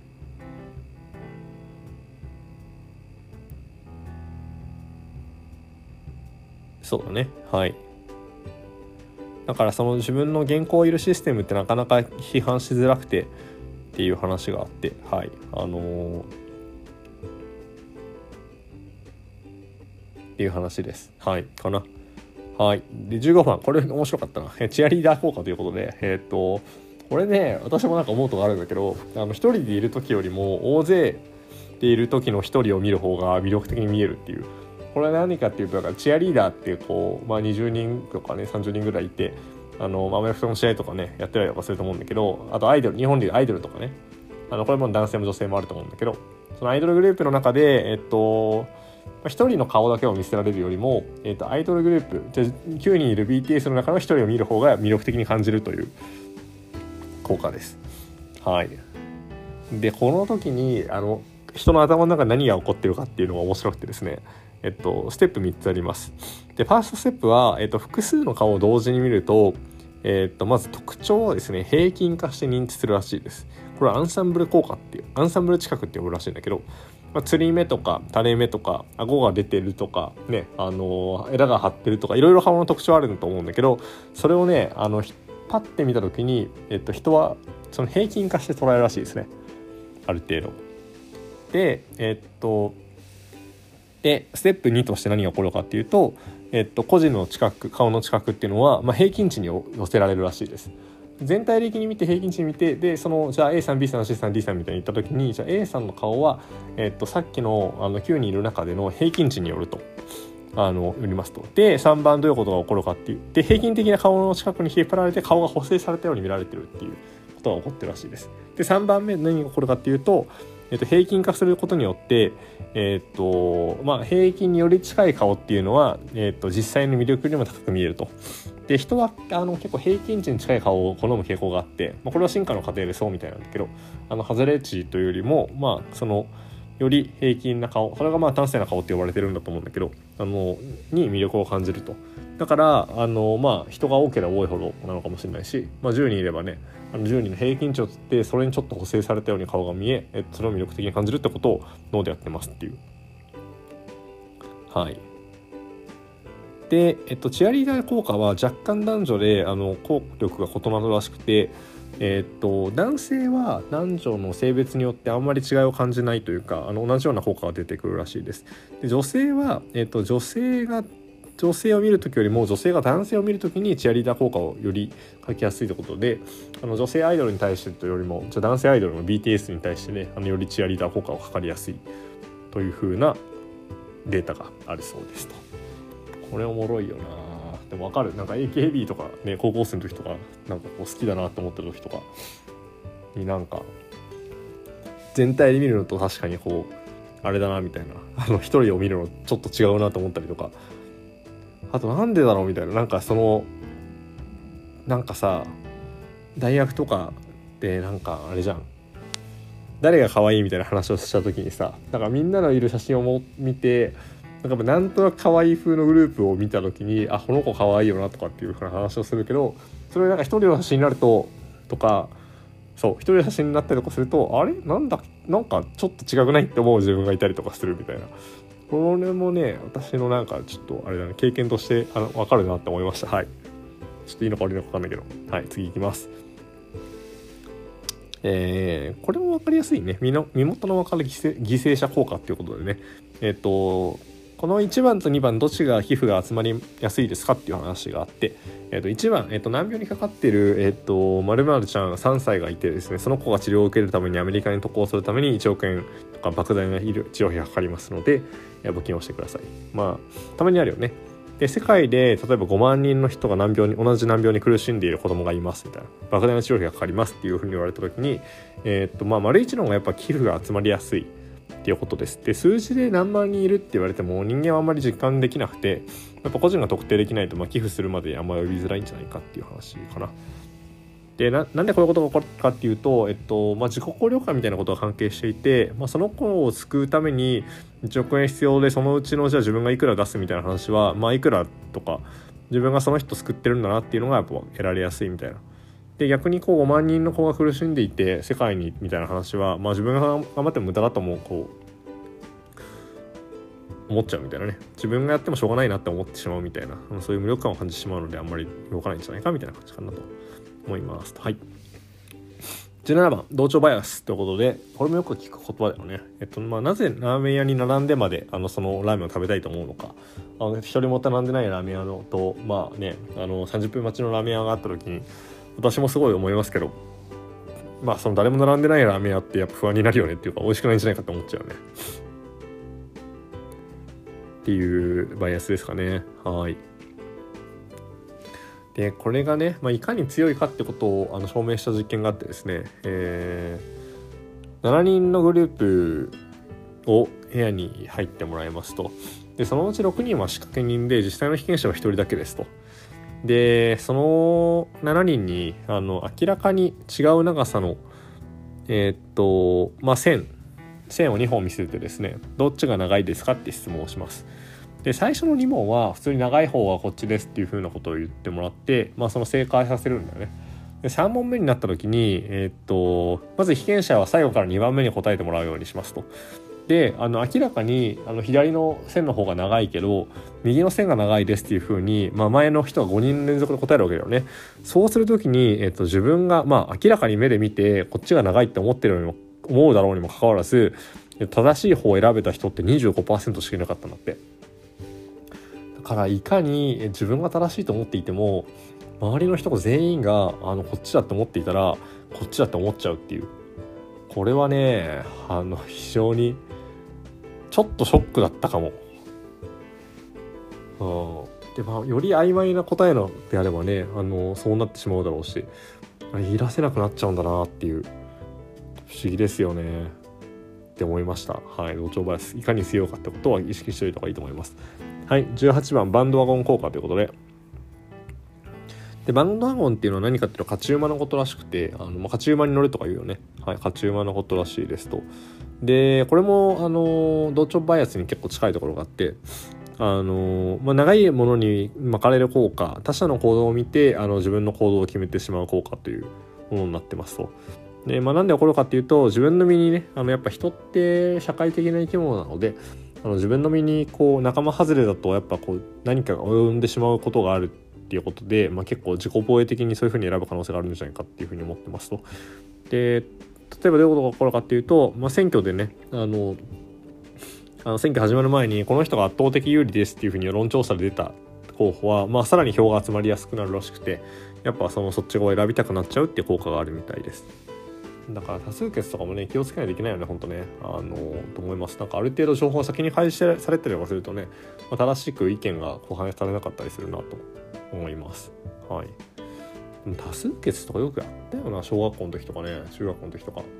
Speaker 1: そうだね。はい。だからその自分の現行いるシステムってなかなか批判しづらくてっていう話があって、はい、あのー、っていう話です。はい、かな。はい。でじゅうごばん、これ面白かったな。チアリーダー効果ということで、えー、っとこれね私もなんか思うとこあるんだけど、あの一人でいる時よりも大勢でいる時の一人を見る方が魅力的に見えるっていう。これは何かっていうと、だからチアリーダーってこう、まあ、にじゅうにんとかねさんじゅうにんぐらいいて、あのアメフトの試合とかねやってたりとかすると思うんだけど、あとアイドル、日本でいうアイドルとかね、あのこれも男性も女性もあると思うんだけど、そのアイドルグループの中でえっと一人の顔だけを見せられるよりも、えっとアイドルグループじゃきゅうにんいる ビーティーエス の中の一人を見る方が魅力的に感じるという効果です。はい。でこの時にあの人の頭の中に何が起こってるかっていうのが面白くてですね、えっと、ステップみっつあります。でファーストステップは、えっと、複数の顔を同時に見ると、えっと、まず特徴をですね平均化して認知するらしいです。これはアンサンブル効果っていう、アンサンブル近くって呼ぶらしいんだけど、まあ、釣り目とか垂れ目とか顎が出てるとかね、あのー、エラが張ってるとかいろいろ顔の特徴あると思うんだけど、それをねあのパッて見た時に、えっと、人はその平均化して捉えるらしいですね、ある程度で。えっとでステップにとして何が起こるかっていうと、えっと、個人の近く顔の近くっていうのは、まあ、平均値に寄せられるらしいです。全体的に見て平均値に見て、でそのじゃあ A さん B さん C さん D さんみたいに言った時に、じゃあ A さんの顔は、えっと、さっきの、あのきゅうにんいる中での平均値によるとあのよりますと。でさんばんどういうことが起こるかっていう、で平均的な顔の近くに引っ張られて顔が補正されたように見られてるっていうことが起こってるらしいです。でさんばんめ何が起こるかっていうと、えっと、平均化することによって、えっとまあ、平均により近い顔っていうのは、えっと、実際の魅力よりも高く見えると。で人はあの結構平均値に近い顔を好む傾向があって、まあ、これは進化の過程でそうみたいなんだけど、あの外れ値というよりも、まあ、そのより平均な顔、それがまあ端正な顔って呼ばれてるんだと思うんだけど、あのに魅力を感じると。だからあの、まあ、人が多ければ多いほどなのかもしれないし、まあ、じゅうにんいればね、あのじゅうにんの平均値をつってそれにちょっと補正されたように顔が見え、えそれを魅力的に感じるってことを脳でやってますっていう。はい。で、えっと、チアリーダー効果は若干男女であの効力が異なるらしくて、えっと、男性は男女の性別によってあんまり違いを感じないというか、あの同じような効果が出てくるらしいです。で女性は、えっと、女性が女性を見るときよりも女性が男性を見るときにチアリーダー効果をより書きやすいということで、あの女性アイドルに対してというよりもじゃ男性アイドルの ビーティーエス に対してね、あのよりチアリーダー効果をかかりやすいという風なデータがあるそうですと。これおもろいよな。でも分かる、なんか エーケービー とかね、高校生の時とかなんかこう好きだなと思ってる時とかになんか全体で見るのと確かにこうあれだなみたいな、あの一人を見るのちょっと違うなと思ったりとか、あとなんでだろうみたいな、なんかそのなんかさ大学とかでなんかあれじゃん、誰が可愛いみたいな話をした時にさ、なんかみんなのいる写真をも見てなんかなんとなく可愛い風のグループを見た時に、あこの子可愛いよなとかっていう風な話をするけど、それなんか一人の写真になるととか、そう一人の写真になったりとかすると、あれなんだなんかちょっと違くないって思う自分がいたりとかするみたいな、これもね私のなんかちょっとあれだね、経験としてあの分かるなって思いました。はい、ちょっといいのか悪いのか分かんないけど、はい次いきます。えー、これも分かりやすいね。身の身元の分かる犠牲、犠牲者効果っていうことでね、えっとこのいちばんとにばんどっちが皮膚が集まりやすいですかっていう話があって、えっといちばん、えっと難病にかかっている、えっと〇〇ちゃんさんさいがいてですね、その子が治療を受けるためにアメリカに渡航するためにいちおくえんとか莫大な治療費がかかりますので、募金をしてください。まあたまにあるよね。で世界で例えばごまんにんの人が難病に同じ難病に苦しんでいる子供がいますみたいな、莫大な治療費がかかりますっていうふうに言われた時に、えっとまあ丸一の方がやっぱ皮膚が集まりやすいっていうことです。で数字で何万人いるって言われても人間はあんまり実感できなくて、やっぱ個人が特定できないと、まあ、寄付するまであんまり呼びづらいんじゃないかっていう話かな。で な, なんでこういうことが起こるかっていうと、えっとまあ、自己効力感みたいなことが関係していて、まあ、その子を救うためにいちおくえん必要で、そのうちのじゃあ自分がいくら出すみたいな話は、まあ、いくらとか自分がその人救ってるんだなっていうのがやっぱ得られやすいみたいな。で逆にこうごまんにんの子が苦しんでいて世界にみたいな話は、まあ、自分が頑張っても無駄だと思うこう思っちゃうみたいなね、自分がやってもしょうがないなって思ってしまうみたいな、そういう無力感を感じてしまうのであんまり動かないんじゃないかみたいな感じかなと思います。はい、じゅうななばん同調バイアスということで、これもよく聞く言葉だよね。えっとまあ、なぜラーメン屋に並んでまであのそのラーメンを食べたいと思うのか。あの一人も並んでないラーメン屋のと、まあね、あのさんじゅっぷん待ちのラーメン屋があった時に私もすごい思いますけど、まあその誰も並んでないラーメン屋ってやっぱ不安になるよねっていうか、美味しくないんじゃないかと思っちゃうよねっていうバイアスですかね。はい。でこれがね、まあ、いかに強いかってことをあの証明した実験があってですね、えー、しちにんのグループを部屋に入ってもらいますと。でそのうちろくにんは仕掛け人で、実際の被験者はひとりだけですと。でそのしちにんにあの明らかに違う長さのえー、っとまあ線線をにほん見せてですね、どっちが長いですかって質問をします。で最初のに問は普通に長い方はこっちですっていう風なことを言ってもらって、まあ、その正解させるんだよね。でさん問目になった時に、えー、っとまず被験者は最後からにばんめに答えてもらうようにしますと。であの明らかにあの左の線の方が長いけど右の線が長いですっていう風に、まあ、前の人がごにん連続で答えるわけだよね。そうする時に、えー、っと自分が、まあ、明らかに目で見てこっちが長いって思ってるようにも思うだろうにもかかわらず、正しい方を選べた人って にじゅうごパーセント しかいなかったんだって。だからいかに自分が正しいと思っていても周りの人が全員があのこっちだって思っていたらこっちだって思っちゃうっていう、これはねあの非常にちょっとショックだったかも。うんで、まあ、より曖昧な答えのであればね、あのそうなってしまうだろうし、言い出せなくなっちゃうんだなっていう不思議ですよねって思いました。はい、同調バイアスいかに強いかってことは意識しておいた方がいいと思います。はい、じゅうはちばんバンドワゴン効果ということで、でバンドワゴンっていうのは何かっていうと勝ち馬のことらしくて、あの、まあ、勝ち馬に乗るとか言うよね。はい、勝ち馬のことらしいですと。でこれもあの同調バイアスに結構近いところがあって、あの、まあ、長いものに巻かれる効果、他者の行動を見てあの自分の行動を決めてしまう効果というものになってますと。で、まあ、なんで起こるかっていうと、自分の身にね、あのやっぱ人って社会的な生き物なので、あの自分の身にこう仲間外れだとやっぱこう何かが及んでしまうことがあるっていうことで、まあ、結構自己防衛的にそういうふうに選ぶ可能性があるんじゃないかっていうふうに思ってますと。で例えばどういうことが起こるかっていうと、まあ、選挙でね、あのあの選挙始まる前にこの人が圧倒的有利ですっていうふうに世論調査で出た候補は、まあ、さらに票が集まりやすくなるらしくて、やっぱそのそっち側を選びたくなっちゃうっていう効果があるみたいです。だから多数決とかもね気をつけないといけないよね本当ね、あのと思います。なんかある程度情報が先に開示されたりとかするとね、まあ、正しく意見がこう反映されなかったりするなと思います。はい。多数決とかよくやったよな、小学校の時とかね、中学校の時とか。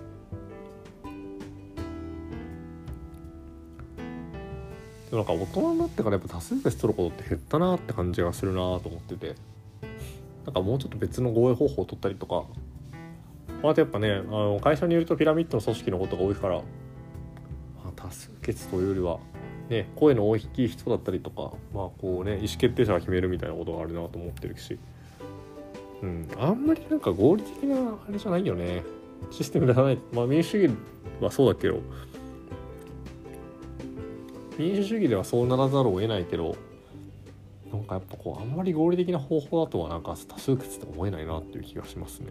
Speaker 1: でもなんか大人になってからやっぱ多数決取ることって減ったなって感じがするなと思ってて、なんかもうちょっと別の合意方法を取ったりとか、あとやっぱね、あの会社にいるとピラミッドの組織のことが多いから、多数決というよりはね、声の大きい人だったりとか、まあこうね意思決定者が決めるみたいなことがあるなと思ってるし、うん、あんまりなんか合理的なあれじゃないよね、システムではない。まあ民主主義はそうだけど、民主主義ではそうならざるを得ないけど、なんかやっぱこうあんまり合理的な方法だとはなんか多数決って思えないなっていう気がしますね。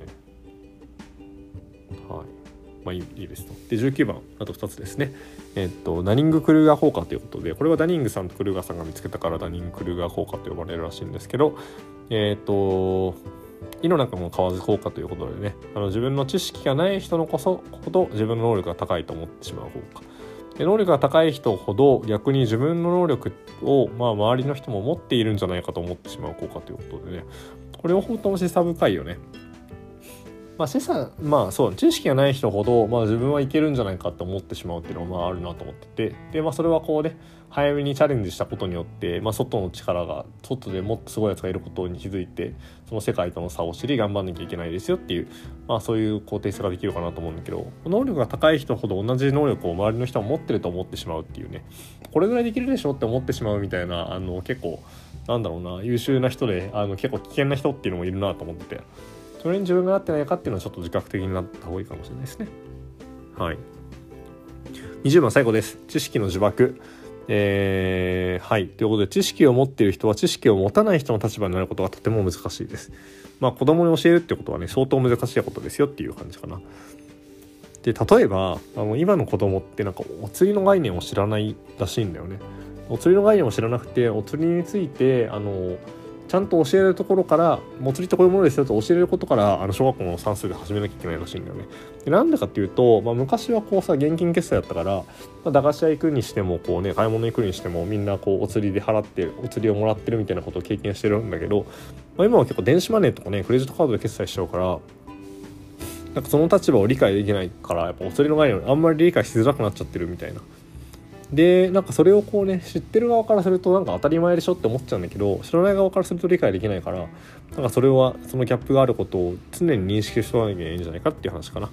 Speaker 1: はい。まあいい、いいですと。でじゅうきゅうばん、あとふたつですね。えっとダニング・クルーガー効果ということで、これはダニングさんとクルーガーさんが見つけたからダニング・クルーガー効果と呼ばれるらしいんですけど、えっと井の中の蛙効果ということでね、あの自分の知識がない人のこそほど自分の能力が高いと思ってしまう効果で、能力が高い人ほど逆に自分の能力を、まあ、周りの人も持っているんじゃないかと思ってしまう効果ということでね、これ両方とも示唆深いよね。まあ示唆、まあそう知識がない人ほど、まあ、自分はいけるんじゃないかと思ってしまうっていうのはまああるなと思ってて、で、まあ、それはこうね早めにチャレンジしたことによって、まあ、外の力が外でもっとすごいやつがいることに気づいて、その世界との差を知り頑張んなきゃいけないですよっていう、まあ、そういう肯定性ができるかなと思うんだけど、能力が高い人ほど同じ能力を周りの人は持ってると思ってしまうっていうね、これぐらいできるでしょって思ってしまうみたいな、あの結構なんだろうな、優秀な人であの結構危険な人っていうのもいるなと思ってて、それに自分がなってないかっていうのはちょっと自覚的になった方がいいかもしれないですね。はい。にじゅうばん最後です。知識の呪縛。えー、はいということで、知識を持っている人は知識を持たない人の立場になることがとても難しいです。まあ子供に教えるってことはね相当難しいことですよっていう感じかな。で例えばあの今の子供ってなんかお釣りの概念を知らないらしいんだよね。お釣りの概念を知らなくて、お釣りについてあのちゃんと教えるところから、お釣りってこういうものですよと教えることから、あの小学校の算数で始めなきゃいけないらしいんだよね。でなんでかっていうと、まあ、昔はこうさ現金決済だったから、まあ、駄菓子屋行くにしてもこうね買い物行くにしてもみんなこうお釣りで払ってお釣りをもらってるみたいなことを経験してるんだけど、まあ、今は結構電子マネーとかねクレジットカードで決済しちゃうから、なんかその立場を理解できないから、やっぱお釣りの概念をあんまり理解しづらくなっちゃってるみたいな。でなんかそれをこうね知ってる側からするとなんか当たり前でしょって思っちゃうんだけど、知らない側からすると理解できないから、なんかそれはそのギャップがあることを常に認識しておかなきゃいけないんじゃないかっていう話かな。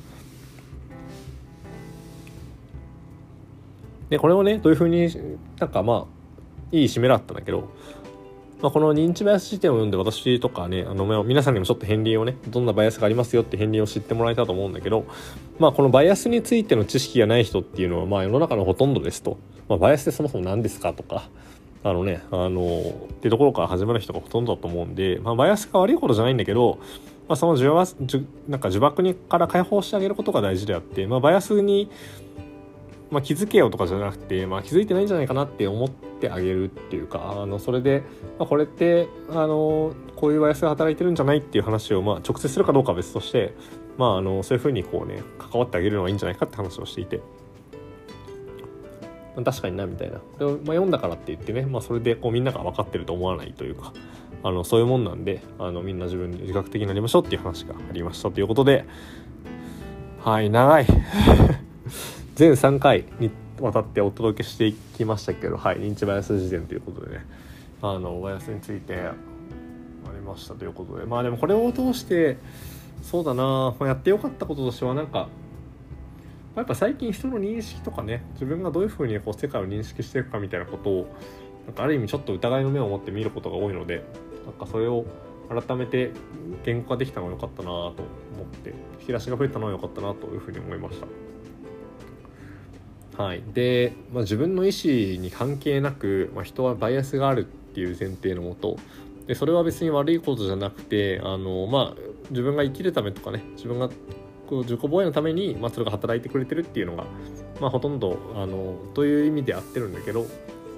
Speaker 1: でこれをねどういうふうになんかまあいい締めだったんだけど、まあ、この認知バイアス辞典を読んで私とかねあの皆さんにもちょっと片鱗をねどんなバイアスがありますよって片鱗を知ってもらえたと思うんだけど、まあこのバイアスについての知識がない人っていうのはまあ世の中のほとんどですと、まあ、バイアスってそもそも何ですかとかあのねあのっていうところから始まる人がほとんどだと思うんで、まあ、バイアスが悪いことじゃないんだけど、まあ、その呪縛なんか呪縛にから解放してあげることが大事であって、まあ、バイアスにまあ、気づけよとかじゃなくて、まあ、気づいてないんじゃないかなって思ってあげるっていうか、あのそれで、まあ、これってあのこういうバイアスが働いてるんじゃないっていう話を、まあ、直接するかどうかは別として、まあ、あのそういうふうにこうね関わってあげるのがいいんじゃないかって話をしていて、まあ、確かになみたいな。で、まあ、読んだからって言ってね、まあ、それでこうみんなが分かってると思わないというか、あのそういうもんなんで、あのみんな自分で自覚的になりましょうっていう話がありましたということで、はい長い全さんかいにわたってお届けしていきましたけど、はい、認知バイアス辞典ということでね、あのバイアスについてありましたということで、まあでもこれを通してそうだな、まあ、やってよかったこととしてはなんかやっぱ最近人の認識とかね、自分がどういうふうにこう世界を認識していくかみたいなことをなんかある意味ちょっと疑いの目を持って見ることが多いので、なんかそれを改めて言語化できたのは良かったなと思って、引き出しが増えたのは良かったなというふうに思いました。はい、で、まあ、自分の意思に関係なく、まあ、人はバイアスがあるっていう前提のもとで、それは別に悪いことじゃなくて、あの、まあ、自分が生きるためとかね、自分がこう自己防衛のために、まあ、それが働いてくれてるっていうのが、まあ、ほとんどあのという意味で合ってるんだけど、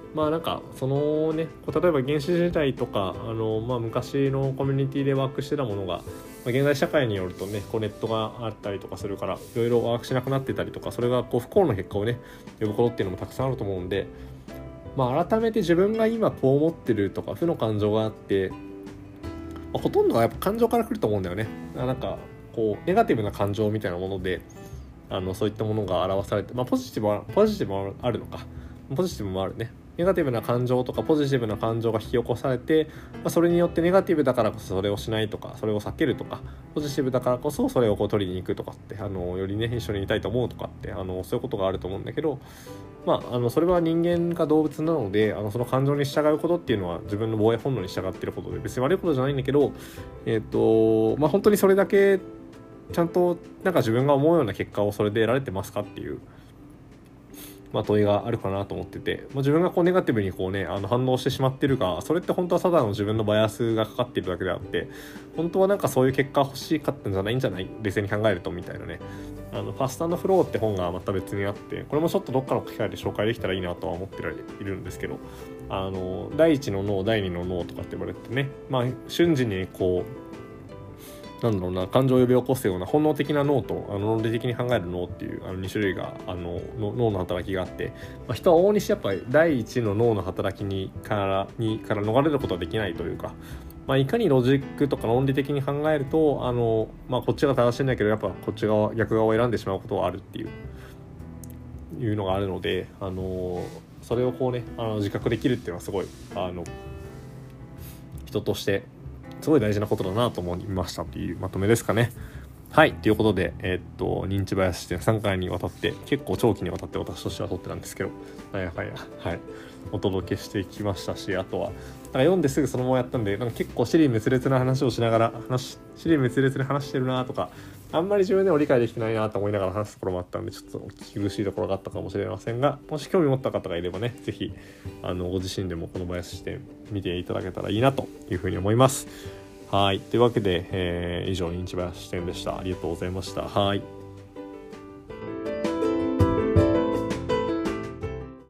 Speaker 1: まあなんかそのね例えば原始時代とかあの、まあ、昔のコミュニティでワークしてたものが、まあ、現代社会によるとねこうネットがあったりとかするからいろいろワークしなくなってたりとか、それがこう不幸の結果をね呼ぶことっていうのもたくさんあると思うんで、まあ、改めて自分が今こう思ってるとか負の感情があって、まあ、ほとんどがやっぱ感情から来ると思うんだよね。なんかこうネガティブな感情みたいなものであのそういったものが表されて、まあ、ポジティブはポジティブもあるのかポジティブもあるね。ネガティブな感情とかポジティブな感情が引き起こされて、まあ、それによってネガティブだからこそそれをしないとかそれを避けるとか、ポジティブだからこそそれをこう取りに行くとかってあのよりね一緒にいたいと思うとかってあのそういうことがあると思うんだけど、まあ、あのそれは人間が動物なのであのその感情に従うことっていうのは自分の防衛本能に従っていることで別に悪いことじゃないんだけど、えっとまあ本当にそれだけちゃんとなんか自分が思うような結果をそれで得られてますかっていうまあ、問いがあるかなと思ってて、もう自分がこうネガティブにこうねあの反応してしまってるが、それって本当はただの自分のバイアスがかかっているだけであって、本当はなんかそういう結果欲しかったんじゃないんじゃない冷静に考えるとみたいなね。あのファスト&フローって本がまた別にあって、これもちょっとどっかの機会で紹介できたらいいなとは思っているんですけど、あの第一の脳第二の脳とかって言われてね、まあ瞬時にこうなんだろうな感情を呼び起こすような本能的な脳とあの論理的に考える脳っていうあのに種類があの脳の働きがあって、まあ、人は往々にしてやっぱり第一の脳の働きにからにから逃れることはできないというか、まあ、いかにロジックとか論理的に考えるとあの、まあ、こっちが正しいんだけどやっぱこっち側逆側を選んでしまうことはあるっていういうのがあるので、あのそれをこうねあの自覚できるっていうのはすごいあの人としてすごい大事なことだなと思いましたというまとめですかね。はい、ということで、えー、っと認知バイアス視点さんかいにわたって結構長期にわたって私としては撮ってたんですけど、なんやかんやはいお届けしてきましたし、あとはなんか読んですぐそのままやったんでなんか結構支離滅裂な話をしながら話支離滅裂に話してるなとか、あんまり自分でも理解できてないなと思いながら話すところもあったんでちょっとお聞き苦しいところがあったかもしれませんが、もし興味持った方がいればねぜひあのご自身でもこのバイアス視点見ていただけたらいいなというふうに思います。はい、というわけで、えー、以上認知バイアス視点でした。ありがとうございました。はい。